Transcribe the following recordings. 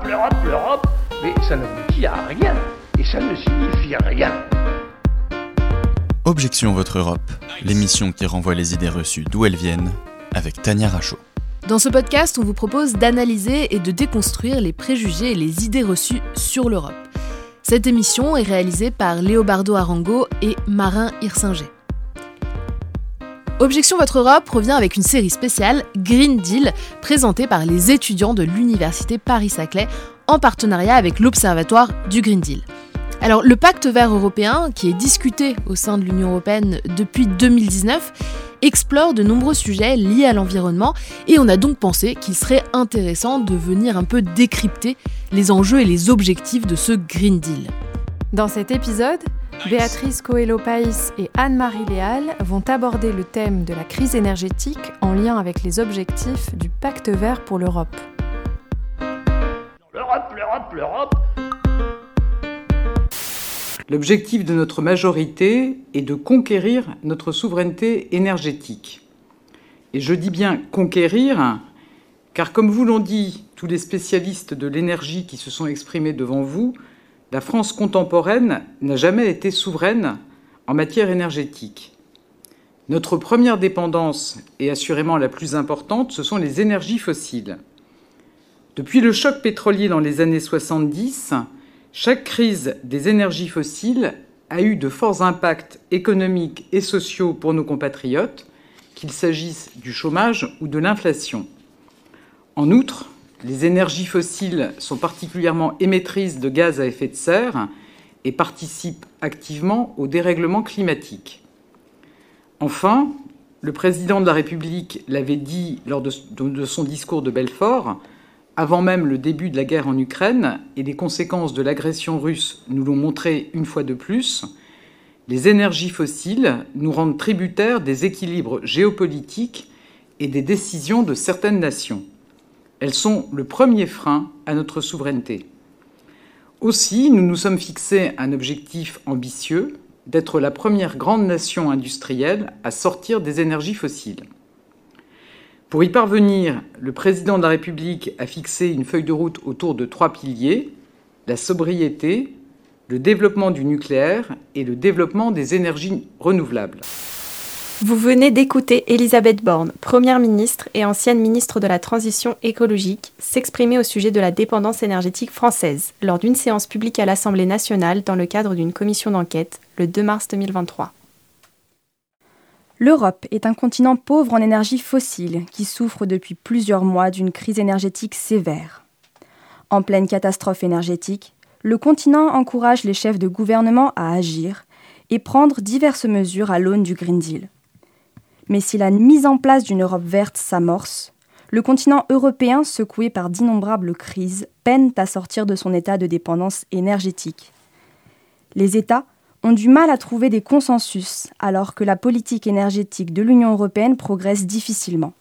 l'Europe, mais ça n'aboutit à rien, et ça ne signifie rien. Objection Votre Europe, l'émission qui renvoie les idées reçues d'où elles viennent, avec Tania Rachaud. Dans ce podcast, on vous propose d'analyser et de déconstruire les préjugés et les idées reçues sur l'Europe. Cette émission est réalisée par Léobardo Arango et Marin Hirsinger. Objection Votre Europe revient avec une série spéciale Green Deal, présentée par les étudiants de l'Université Paris-Saclay en partenariat avec l'Observatoire du Green Deal. Alors, le pacte vert européen, qui est discuté au sein de l'Union européenne depuis 2019, explore de nombreux sujets liés à l'environnement et on a donc pensé qu'il serait intéressant de venir un peu décrypter les enjeux et les objectifs de ce Green Deal. Dans cet épisode, Béatrice Coelho-Païs et Anne-Marie Léal vont aborder le thème de la crise énergétique en lien avec les objectifs du pacte vert pour l'Europe. L'Europe. L'objectif de notre majorité est de conquérir notre souveraineté énergétique. Et je dis bien conquérir, car comme vous l'ont dit tous les spécialistes de l'énergie qui se sont exprimés devant vous, la France contemporaine n'a jamais été souveraine en matière énergétique. Notre première dépendance, et assurément la plus importante, ce sont les énergies fossiles. Depuis le choc pétrolier dans les années 70, chaque crise des énergies fossiles a eu de forts impacts économiques et sociaux pour nos compatriotes, qu'il s'agisse du chômage ou de l'inflation. En outre, les énergies fossiles sont particulièrement émettrices de gaz à effet de serre et participent activement au dérèglement climatique. Enfin, le président de la République l'avait dit lors de son discours de Belfort, avant même le début de la guerre en Ukraine, et les conséquences de l'agression russe nous l'ont montré une fois de plus, les énergies fossiles nous rendent tributaires des équilibres géopolitiques et des décisions de certaines nations. Elles sont le premier frein à notre souveraineté. Aussi, nous nous sommes fixés un objectif ambitieux, d'être la première grande nation industrielle à sortir des énergies fossiles. Pour y parvenir, le président de la République a fixé une feuille de route autour de 3 piliers, la sobriété, le développement du nucléaire et le développement des énergies renouvelables. Vous venez d'écouter Elisabeth Borne, Première ministre et ancienne ministre de la Transition écologique, s'exprimer au sujet de la dépendance énergétique française lors d'une séance publique à l'Assemblée nationale dans le cadre d'une commission d'enquête le 2 mars 2023. L'Europe est un continent pauvre en énergie fossile qui souffre depuis plusieurs mois d'une crise énergétique sévère. En pleine catastrophe énergétique, le continent encourage les chefs de gouvernement à agir et prendre diverses mesures à l'aune du Green Deal. Mais si la mise en place d'une Europe verte s'amorce, le continent européen, secoué par d'innombrables crises, peine à sortir de son état de dépendance énergétique. Les États ont du mal à trouver des consensus alors que la politique énergétique de l'Union européenne progresse difficilement.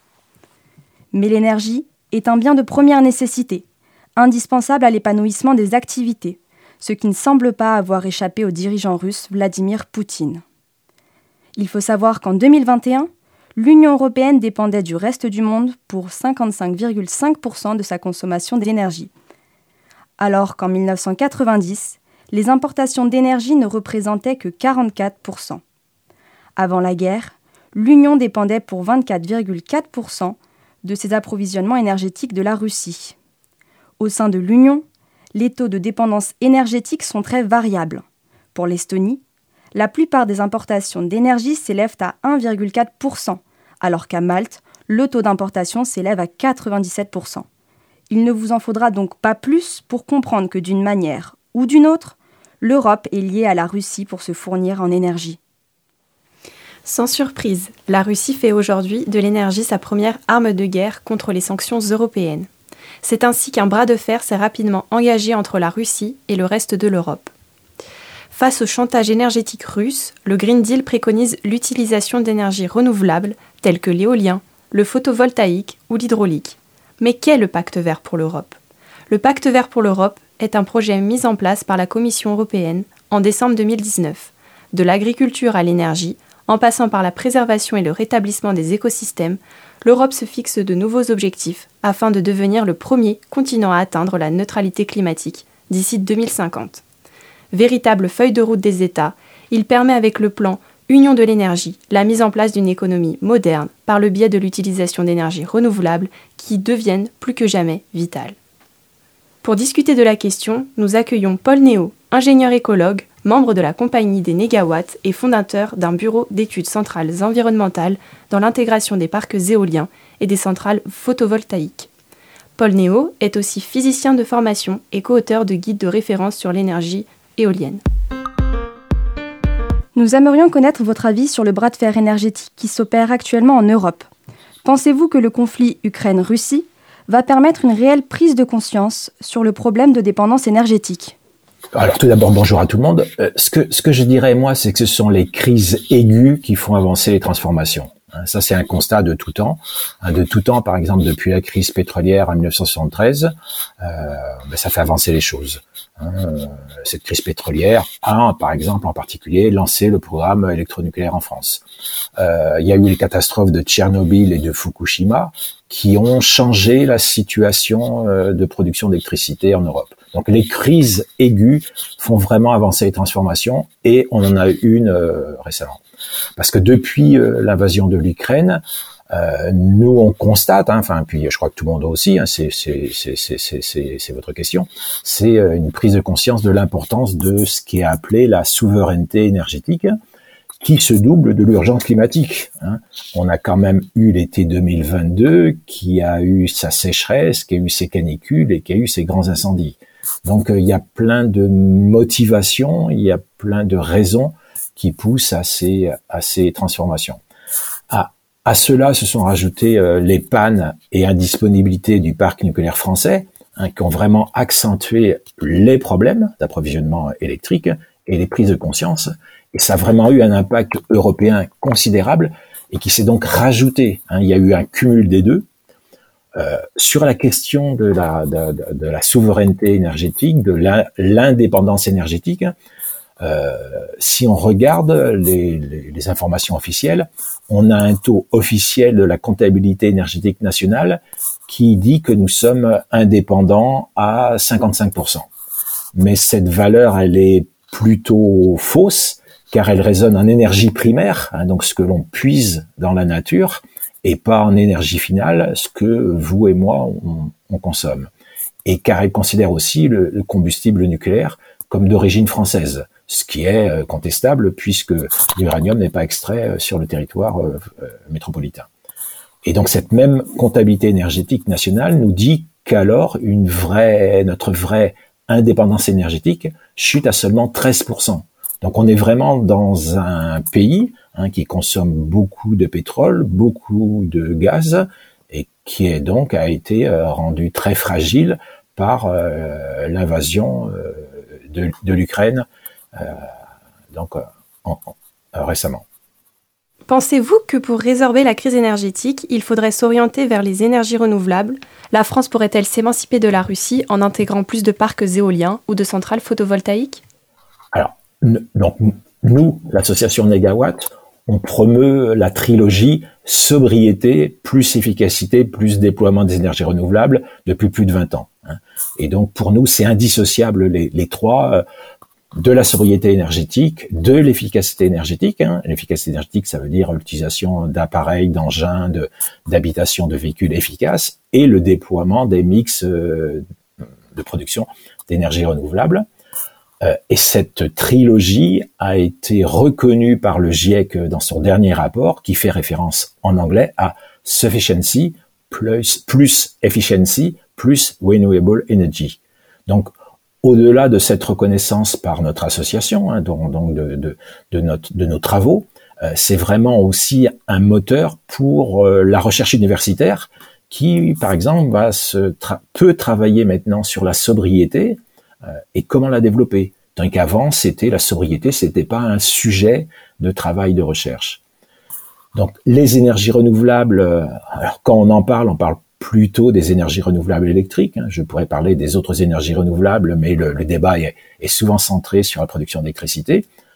Mais l'énergie est un bien de première nécessité, indispensable à l'épanouissement des activités, ce qui ne semble pas avoir échappé au dirigeant russe Vladimir Poutine. Il faut savoir qu'en 2021, l'Union européenne dépendait du reste du monde pour 55,5% de sa consommation d'énergie, alors qu'en 1990, les importations d'énergie ne représentaient que 44%. Avant la guerre, l'Union dépendait pour 24,4% de ses approvisionnements énergétiques de la Russie. Au sein de l'Union, les taux de dépendance énergétique sont très variables. Pour l'Estonie, la plupart des importations d'énergie s'élèvent à 1,4%, alors qu'à Malte, le taux d'importation s'élève à 97%. Il ne vous en faudra donc pas plus pour comprendre que d'une manière ou d'une autre, l'Europe est liée à la Russie pour se fournir en énergie. Sans surprise, la Russie fait aujourd'hui de l'énergie sa première arme de guerre contre les sanctions européennes. C'est ainsi qu'un bras de fer s'est rapidement engagé entre la Russie et le reste de l'Europe. Face au chantage énergétique russe, le Green Deal préconise l'utilisation d'énergies renouvelables telles que l'éolien, le photovoltaïque ou l'hydraulique. Mais qu'est le Pacte vert pour l'Europe ? Le Pacte vert pour l'Europe est un projet mis en place par la Commission européenne en décembre 2019, de l'agriculture à l'énergie, en passant par la préservation et le rétablissement des écosystèmes, l'Europe se fixe de nouveaux objectifs afin de devenir le premier continent à atteindre la neutralité climatique d'ici 2050. Véritable feuille de route des États, il permet avec le plan Union de l'énergie la mise en place d'une économie moderne par le biais de l'utilisation d'énergies renouvelables qui deviennent plus que jamais vitales. Pour discuter de la question, nous accueillons Paul Néo, ingénieur écologue, membre de la Compagnie des Négawatts et fondateur d'un bureau d'études centrales environnementales dans l'intégration des parcs éoliens et des centrales photovoltaïques. Paul Néo est aussi physicien de formation et co-auteur de guides de référence sur l'énergie éolienne. Nous aimerions connaître votre avis sur le bras de fer énergétique qui s'opère actuellement en Europe. Pensez-vous que le conflit Ukraine-Russie va permettre une réelle prise de conscience sur le problème de dépendance énergétique ? Alors tout d'abord, bonjour à tout le monde. Ce que je dirais, moi, c'est que ce sont les crises aiguës qui font avancer les transformations. Ça, c'est un constat de tout temps. De tout temps, par exemple, depuis la crise pétrolière en 1973, ça fait avancer les choses. Cette crise pétrolière a, par exemple, en particulier, lancé le programme électronucléaire en France. Il y a eu les catastrophes de Tchernobyl et de Fukushima qui ont changé la situation de production d'électricité en Europe. Donc les crises aiguës font vraiment avancer les transformations et on en a une récemment. Parce que depuis l'invasion de l'Ukraine, nous on constate, puis je crois que tout le monde aussi, c'est votre question, c'est une prise de conscience de l'importance de ce qui est appelé la souveraineté énergétique, qui se double de l'urgence climatique. On a quand même eu l'été 2022 qui a eu sa sécheresse, qui a eu ses canicules et qui a eu ses grands incendies. Donc il y a plein de motivations, il y a plein de raisons qui poussent à ces transformations. À cela se sont rajoutées les pannes et indisponibilités du parc nucléaire français, qui ont vraiment accentué les problèmes d'approvisionnement électrique et les prises de conscience. Et ça a vraiment eu un impact européen considérable et qui s'est donc rajouté. Il y a eu un cumul des deux. Sur la question de la souveraineté énergétique, de l'indépendance énergétique, si on regarde les informations officielles, on a un taux officiel de la comptabilité énergétique nationale qui dit que nous sommes indépendants à 55%. Mais cette valeur, elle est plutôt fausse, car elle résonne en énergie primaire, donc ce que l'on puise dans la nature, et pas en énergie finale, ce que vous et moi, on consomme. Et car elle considère aussi le combustible nucléaire comme d'origine française, ce qui est contestable puisque l'uranium n'est pas extrait sur le territoire métropolitain. Et donc cette même comptabilité énergétique nationale nous dit qu'alors notre vraie indépendance énergétique chute à seulement 13%. Donc on est vraiment dans un pays qui consomme beaucoup de pétrole, beaucoup de gaz, et qui est donc a été rendu très fragile par l'invasion de l'Ukraine récemment. Pensez-vous que pour résorber la crise énergétique, il faudrait s'orienter vers les énergies renouvelables ? La France pourrait-elle s'émanciper de la Russie en intégrant plus de parcs éoliens ou de centrales photovoltaïques ? Alors, donc, nous, l'association Négawatt, on promeut la trilogie sobriété, plus efficacité, plus déploiement des énergies renouvelables depuis plus de 20 ans. Et donc, pour nous, c'est indissociable les trois, de la sobriété énergétique, de l'efficacité énergétique. L'efficacité énergétique, ça veut dire l'utilisation d'appareils, d'engins, d'habitations, de véhicules efficaces, et le déploiement des mix de production d'énergie renouvelable. Et cette trilogie a été reconnue par le GIEC dans son dernier rapport, qui fait référence en anglais à sufficiency plus efficiency plus renewable energy. Donc, au-delà de cette reconnaissance par notre association, donc de nos travaux, c'est vraiment aussi un moteur pour la recherche universitaire qui, par exemple, peut travailler maintenant sur la sobriété et comment la développer. Tandis qu'avant, la sobriété, c'était pas un sujet de travail de recherche. Donc, les énergies renouvelables, alors quand on parle plutôt des énergies renouvelables électriques. Je pourrais parler des autres énergies renouvelables, mais le débat est souvent centré sur la production d'électricité.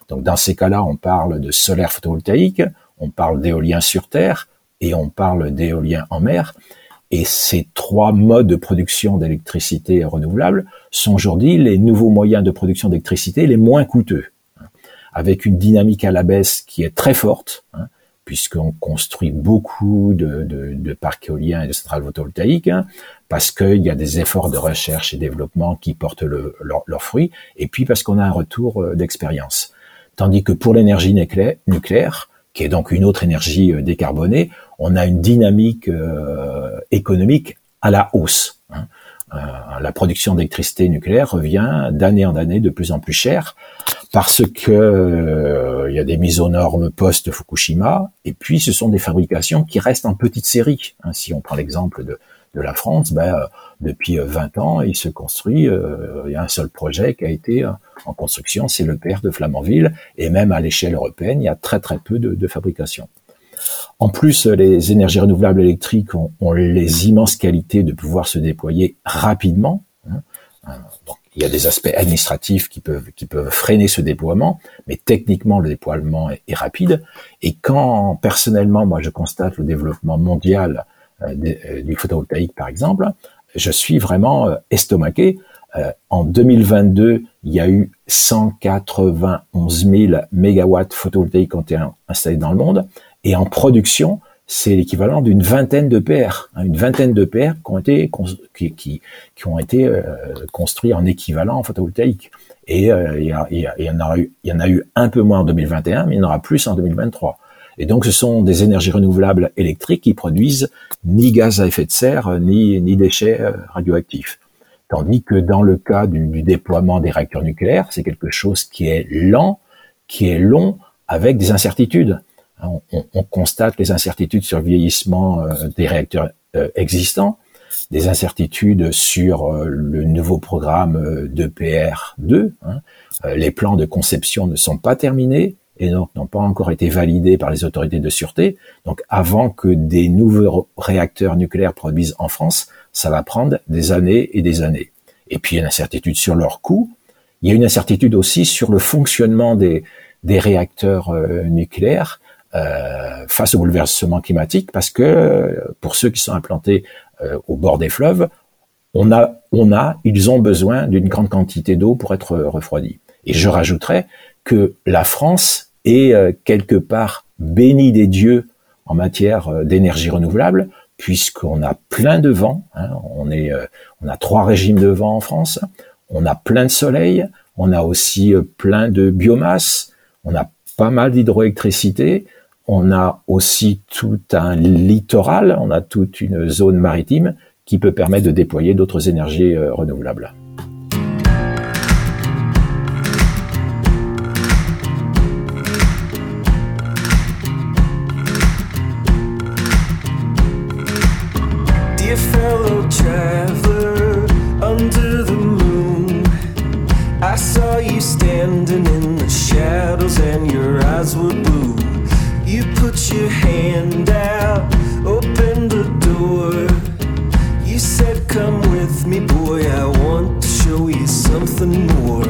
Donc dans ces cas-là, on parle de solaire photovoltaïque, on parle d'éolien sur terre et on parle d'éolien en mer. Et ces 3 modes de production d'électricité renouvelable sont aujourd'hui les nouveaux moyens de production d'électricité les moins coûteux, avec une dynamique à la baisse qui est très forte, puisqu'on construit beaucoup de parcs éoliens et de centrales photovoltaïques, parce qu'il y a des efforts de recherche et développement qui portent leurs fruits, et puis parce qu'on a un retour d'expérience. Tandis que pour l'énergie nucléaire, qui est donc une autre énergie décarbonée, on a une dynamique économique à la hausse. La production d'électricité nucléaire revient d'année en année de plus en plus cher parce que il y a des mises aux normes post-Fukushima, et puis ce sont des fabrications qui restent en petite série. Si on prend l'exemple de la France, depuis 20 ans, il se construit, il y a un seul projet qui a été en construction, c'est l'EPR de Flamanville, et même à l'échelle européenne, il y a très très peu de fabrication. En plus, les énergies renouvelables électriques ont les immenses qualités de pouvoir se déployer rapidement. Donc, il y a des aspects administratifs qui peuvent freiner ce déploiement, mais techniquement, le déploiement est rapide. Et quand, personnellement, moi, je constate le développement mondial du photovoltaïque, par exemple, je suis vraiment estomaqué. En 2022, il y a eu 191 000 mégawatts photovoltaïques qui ont été installés dans le monde. Et en production, c'est l'équivalent d'une vingtaine d'EPR, une vingtaine d'EPR qui ont été construits en équivalent en photovoltaïque. Et il y en a eu un peu moins en 2021, mais il y en aura plus en 2023. Et donc, ce sont des énergies renouvelables électriques qui produisent ni gaz à effet de serre, ni déchets radioactifs. Tandis que dans le cas du déploiement des réacteurs nucléaires, c'est quelque chose qui est lent, qui est long, avec des incertitudes. On constate les incertitudes sur le vieillissement des réacteurs existants, des incertitudes sur le nouveau programme d'EPR2. Les plans de conception ne sont pas terminés et donc n'ont pas encore été validés par les autorités de sûreté. Donc avant que des nouveaux réacteurs nucléaires produisent en France, ça va prendre des années et des années. Et puis il y a une incertitude sur leur coût. Il y a une incertitude aussi sur le fonctionnement des réacteurs nucléaires face au bouleversement climatique, parce que pour ceux qui sont implantés au bord des fleuves, ils ont besoin d'une grande quantité d'eau pour être refroidis. Et je rajouterais que la France est quelque part bénie des dieux en matière d'énergie renouvelable, puisqu'on a plein de vent. On a 3 régimes de vent en France. On a plein de soleil. On a aussi plein de biomasse. On a pas mal d'hydroélectricité. On a aussi tout un littoral, on a toute une zone maritime qui peut permettre de déployer d'autres énergies renouvelables. Dear fellow traveler, under the moon, I saw you standing in the shadows and your eyes were blue. You put your hand out, opened the door. You said, come with me, boy, I want to show you something more.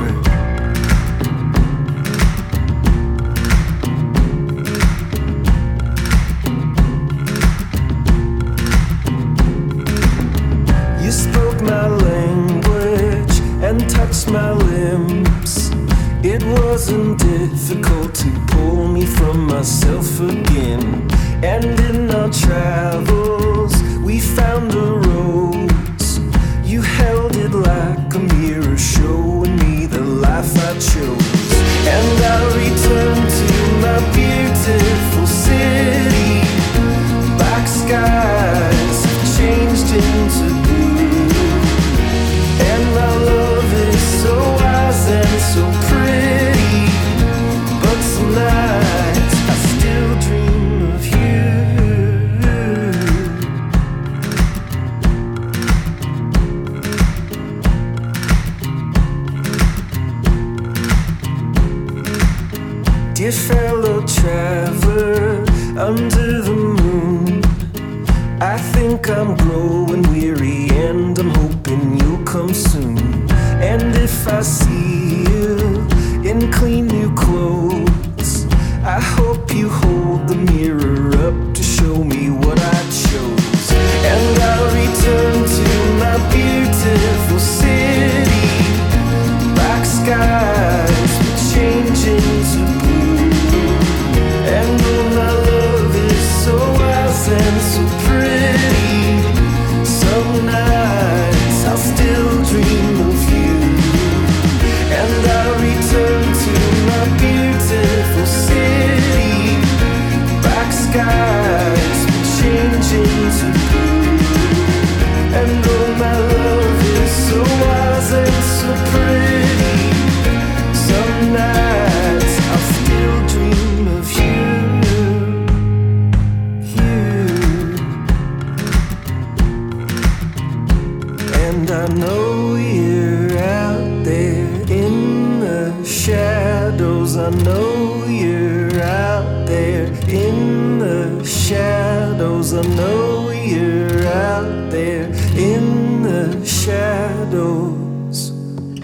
You spoke my language and touched my limbs. It wasn't difficult to pull me from myself again. And in our travels, we found the roads. You held it like a mirror, showing me the life I chose. And I returned to my beautiful city. Black skies have changed into blue. And my love is so wise and so pretty, but some nights I still dream of you. Dear fellow traveler, under the moon, I think I'm growing weary and I'm hoping you'll come soon. And if I see you in clean new clothes, shadows, I know you're out there. In the shadows, I know you're out there. In the shadows.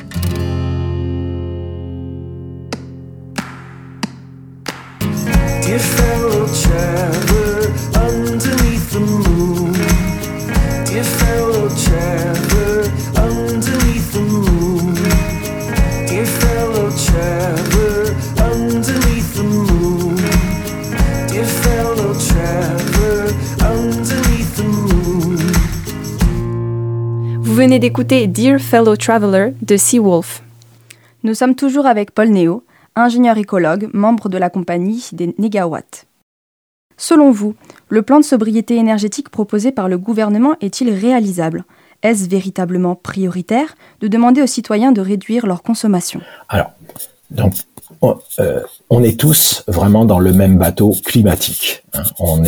Dear fellow traveler, underneath the moon. Dear fellow traveler, underneath the moon. Dear fellow traveler, underneath the moon. Dear fellow traveler, underneath the moon. Vous venez d'écouter Dear Fellow Traveler de Seawolf. Nous sommes toujours avec Paul Néo, ingénieur écologue, membre de la compagnie des Négawatts. Selon vous, le plan de sobriété énergétique proposé par le gouvernement est-il réalisable ? Est-ce véritablement prioritaire de demander aux citoyens de réduire leur consommation ? Alors, donc, on est tous vraiment dans le même bateau climatique. Hein.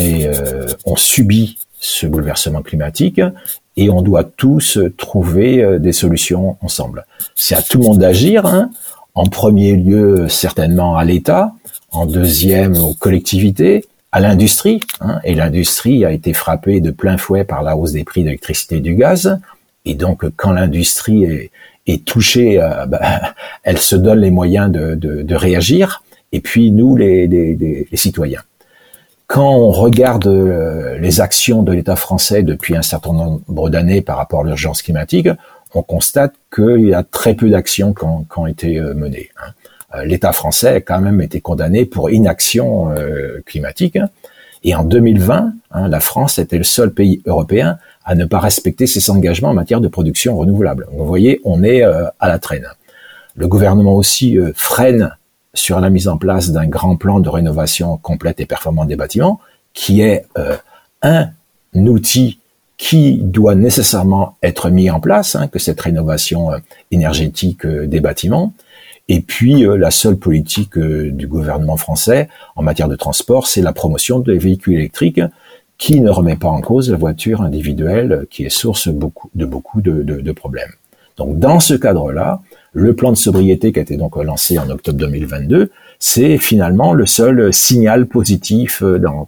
On subit ce bouleversement climatique et on doit tous trouver des solutions ensemble. C'est à tout le monde d'agir. Hein. En premier lieu, certainement à l'État. En deuxième, aux collectivités. À l'industrie, hein, et l'industrie a été frappée de plein fouet par la hausse des prix de l'électricité et du gaz, et donc quand l'industrie est touchée, elle se donne les moyens de réagir, et puis nous, les citoyens. Quand on regarde les actions de l'État français depuis un certain nombre d'années par rapport à l'urgence climatique, on constate qu'il y a très peu d'actions qui ont été menées, hein. L'État français a quand même été condamné pour inaction climatique. Et en 2020, la France était le seul pays européen à ne pas respecter ses engagements en matière de production renouvelable. Donc, vous voyez, on est à la traîne. Le gouvernement aussi freine sur la mise en place d'un grand plan de rénovation complète et performante des bâtiments, qui est un outil qui doit nécessairement être mis en place, que cette rénovation énergétique des bâtiments. Et puis, la seule politique du gouvernement français en matière de transport, c'est la promotion des véhicules électriques qui ne remet pas en cause la voiture individuelle qui est source de beaucoup de problèmes. Donc, dans ce cadre-là, le plan de sobriété qui a été donc lancé en octobre 2022, c'est finalement le seul signal positif dans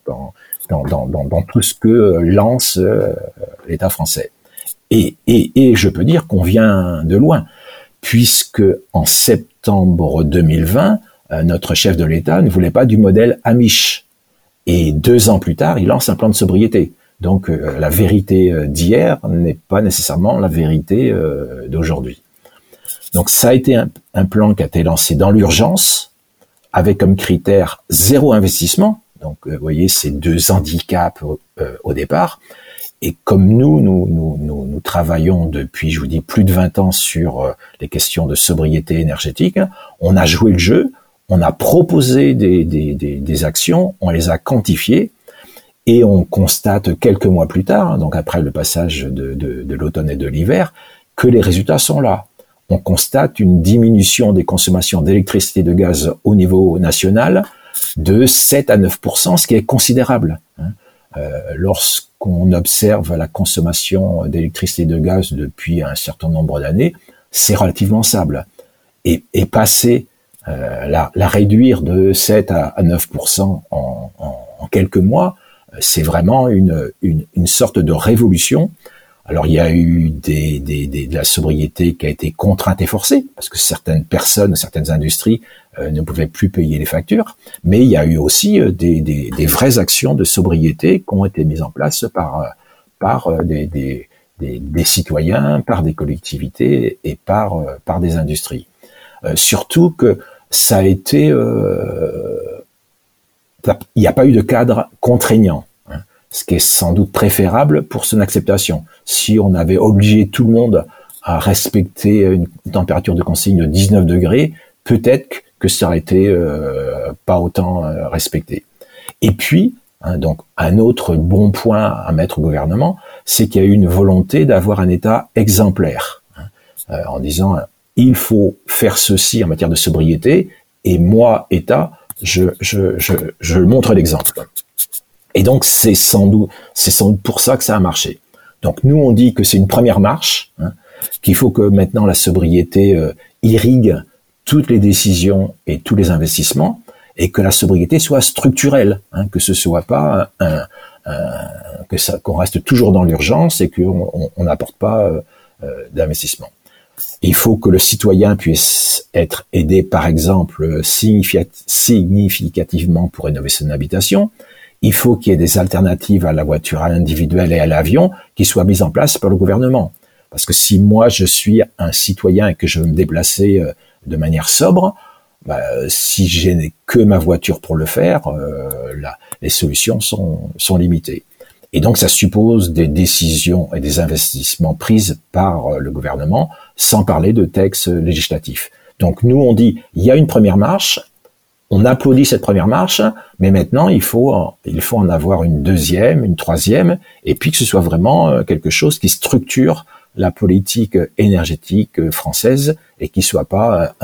tout ce que lance l'État français. Et je peux dire qu'on vient de loin, puisque en septembre 2020, notre chef de l'État ne voulait pas du modèle Amish. Et 2 ans plus tard, il lance un plan de sobriété. Donc la vérité d'hier n'est pas nécessairement la vérité d'aujourd'hui. Donc ça a été un plan qui a été lancé dans l'urgence, avec comme critère 0 investissement. Donc vous voyez, c'est 2 handicaps au départ. Et comme nous travaillons depuis, je vous dis, plus de 20 ans sur les questions de sobriété énergétique, on a joué le jeu, on a proposé des actions, on les a quantifiées, et on constate quelques mois plus tard, donc après le passage de l'automne et de l'hiver, que les résultats sont là. On constate une diminution des consommations d'électricité et de gaz au niveau national de 7 à 9%, ce qui est considérable. Lorsqu'on observe la consommation d'électricité et de gaz depuis un certain nombre d'années, c'est relativement stable. Et passer la réduire de 7 à 9% en quelques mois, c'est vraiment une sorte de révolution. Alors il y a eu de la sobriété qui a été contrainte et forcée, parce que certaines personnes, certaines industries ne pouvaient plus payer les factures, mais il y a eu aussi des vraies actions de sobriété qui ont été mises en place par des citoyens, par des collectivités et par des industries. Surtout que ça a été, il n'y a pas eu de cadre contraignant, ce qui est sans doute préférable pour son acceptation. Si on avait obligé tout le monde à respecter une température de consigne de 19 degrés, peut-être que ça aurait été pas autant respecté. Et puis, donc un autre bon point à mettre au gouvernement, c'est qu'il y a eu une volonté d'avoir un État exemplaire, en disant il faut faire ceci en matière de sobriété, et moi, État, je montre l'exemple. Et donc c'est sans doute pour ça que ça a marché. Donc nous on dit que c'est une première marche, qu'il faut que maintenant la sobriété irrigue toutes les décisions et tous les investissements, et que la sobriété soit structurelle, que ce soit pas qu'on reste toujours dans l'urgence et qu'on n'apporte pas d'investissement. Il faut que le citoyen puisse être aidé, par exemple, significativement pour rénover son habitation. Il faut qu'il y ait des alternatives à la voiture individuelle et à l'avion qui soient mises en place par le gouvernement. Parce que si moi je suis un citoyen et que je veux me déplacer de manière sobre, si j'ai que ma voiture pour le faire, les solutions sont limitées. Et donc ça suppose des décisions et des investissements prises par le gouvernement, sans parler de textes législatifs. Donc nous on dit, il y a une première marche, on applaudit cette première marche, mais maintenant il faut en avoir une deuxième, une troisième, et puis que ce soit vraiment quelque chose qui structure la politique énergétique française et qui soit pas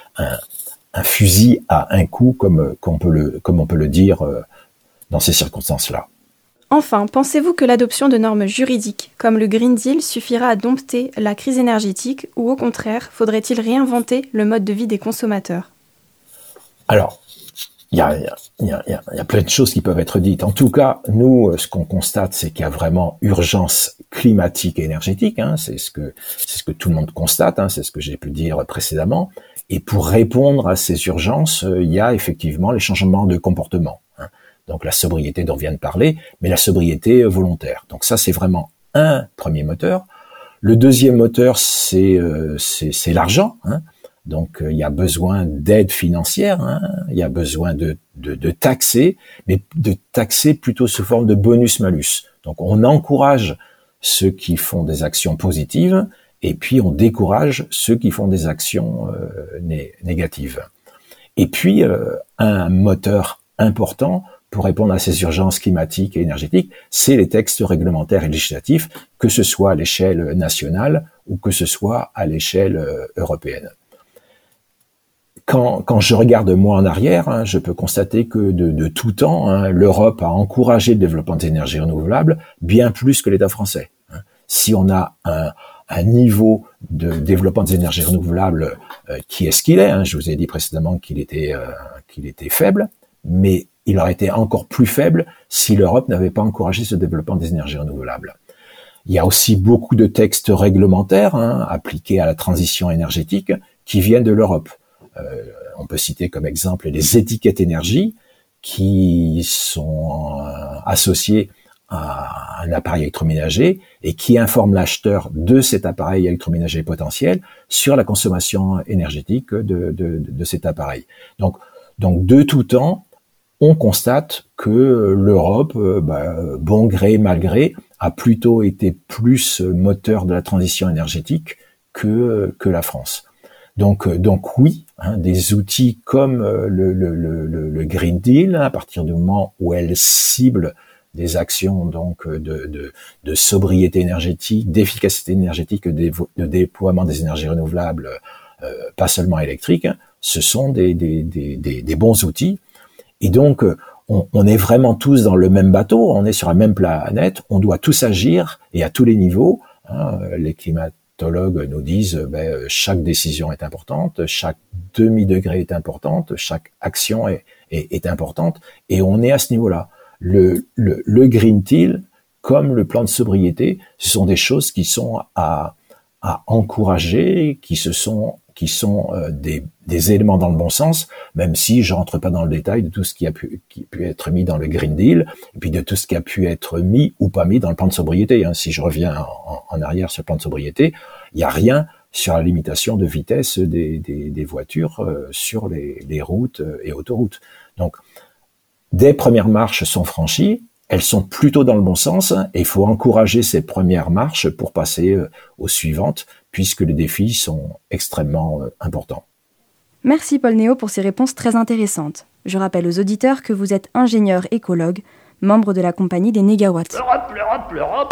un fusil à un coup comme on peut le dire dans ces circonstances-là. Enfin, pensez-vous que l'adoption de normes juridiques, comme le Green Deal, suffira à dompter la crise énergétique ou au contraire, faudrait-il réinventer le mode de vie des consommateurs ? Alors, il y a plein de choses qui peuvent être dites. En tout cas, nous, ce qu'on constate, c'est qu'il y a vraiment urgence climatique et énergétique. C'est ce que tout le monde constate. C'est ce que j'ai pu dire précédemment. Et pour répondre à ces urgences, il y a effectivement les changements de comportement. Donc la sobriété dont on vient de parler, mais la sobriété volontaire. Donc ça, c'est vraiment un premier moteur. Le deuxième moteur, c'est l'argent. Donc il y a besoin d'aide financière, il y a besoin de taxer, mais de taxer plutôt sous forme de bonus-malus. Donc on encourage ceux qui font des actions positives, et puis on décourage ceux qui font des actions négatives. Et puis un moteur important pour répondre à ces urgences climatiques et énergétiques, c'est les textes réglementaires et législatifs, que ce soit à l'échelle nationale ou que ce soit à l'échelle européenne. Quand je regarde moi en arrière, je peux constater que de tout temps, l'Europe a encouragé le développement des énergies renouvelables bien plus que l'État français. Si on a un niveau de développement des énergies renouvelables qui est ce qu'il est, je vous ai dit précédemment qu'il était faible, mais il aurait été encore plus faible si l'Europe n'avait pas encouragé ce développement des énergies renouvelables. Il y a aussi beaucoup de textes réglementaires appliqués à la transition énergétique qui viennent de l'Europe. On peut citer comme exemple les étiquettes énergie qui sont associées à un appareil électroménager et qui informent l'acheteur de cet appareil électroménager potentiel sur la consommation énergétique de cet appareil. Donc de tout temps, on constate que l'Europe, bon gré, mal gré, a plutôt été plus moteur de la transition énergétique que la France. Donc oui, des outils comme le Green Deal, à partir du moment où elle cible des actions donc de sobriété énergétique, d'efficacité énergétique, de déploiement des énergies renouvelables, pas seulement électriques, ce sont des bons outils. Et donc, on est vraiment tous dans le même bateau, on est sur la même planète, on doit tous agir, et à tous les niveaux. Les climatologues nous disent chaque décision est importante, chaque demi-degré est importante, chaque action est importante, et on est à ce niveau-là. Le Green Deal, comme le plan de sobriété, ce sont des choses qui sont à encourager, qui sont des éléments dans le bon sens, même si je rentre pas dans le détail de tout ce qui a pu être mis dans le Green Deal, et puis de tout ce qui a pu être mis ou pas mis dans le plan de sobriété. Si je reviens en arrière sur le plan de sobriété, il y a rien sur la limitation de vitesse des voitures sur les routes et autoroutes. Donc, des premières marches sont franchies, elles sont plutôt dans le bon sens, et il faut encourager ces premières marches pour passer aux suivantes, puisque les défis sont extrêmement importants. Merci Paul Néaud pour ces réponses très intéressantes. Je rappelle aux auditeurs que vous êtes ingénieur écologue, membre de la compagnie des Négawatts. L'Europe.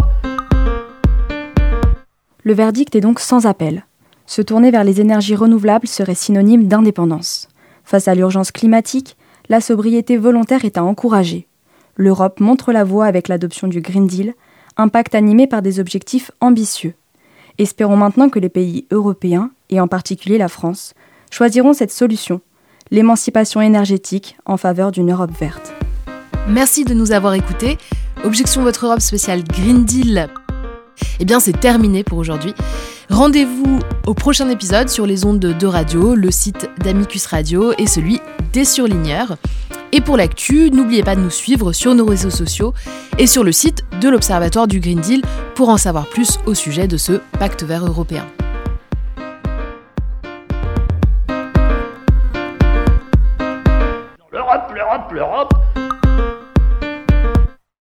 Le verdict est donc sans appel. Se tourner vers les énergies renouvelables serait synonyme d'indépendance. Face à l'urgence climatique, la sobriété volontaire est à encourager. L'Europe montre la voie avec l'adoption du Green Deal, un pacte animé par des objectifs ambitieux. Espérons maintenant que les pays européens, et en particulier la France, choisiront cette solution, l'émancipation énergétique en faveur d'une Europe verte. Merci de nous avoir écoutés. Objection Votre Europe spéciale Green Deal, c'est terminé pour aujourd'hui. Rendez-vous au prochain épisode sur les ondes de Radio, le site d'Amicus Radio et celui des Surligneurs. Et pour l'actu, n'oubliez pas de nous suivre sur nos réseaux sociaux et sur le site de l'Observatoire du Green Deal pour en savoir plus au sujet de ce pacte vert européen. L'Europe, l'Europe, l'Europe,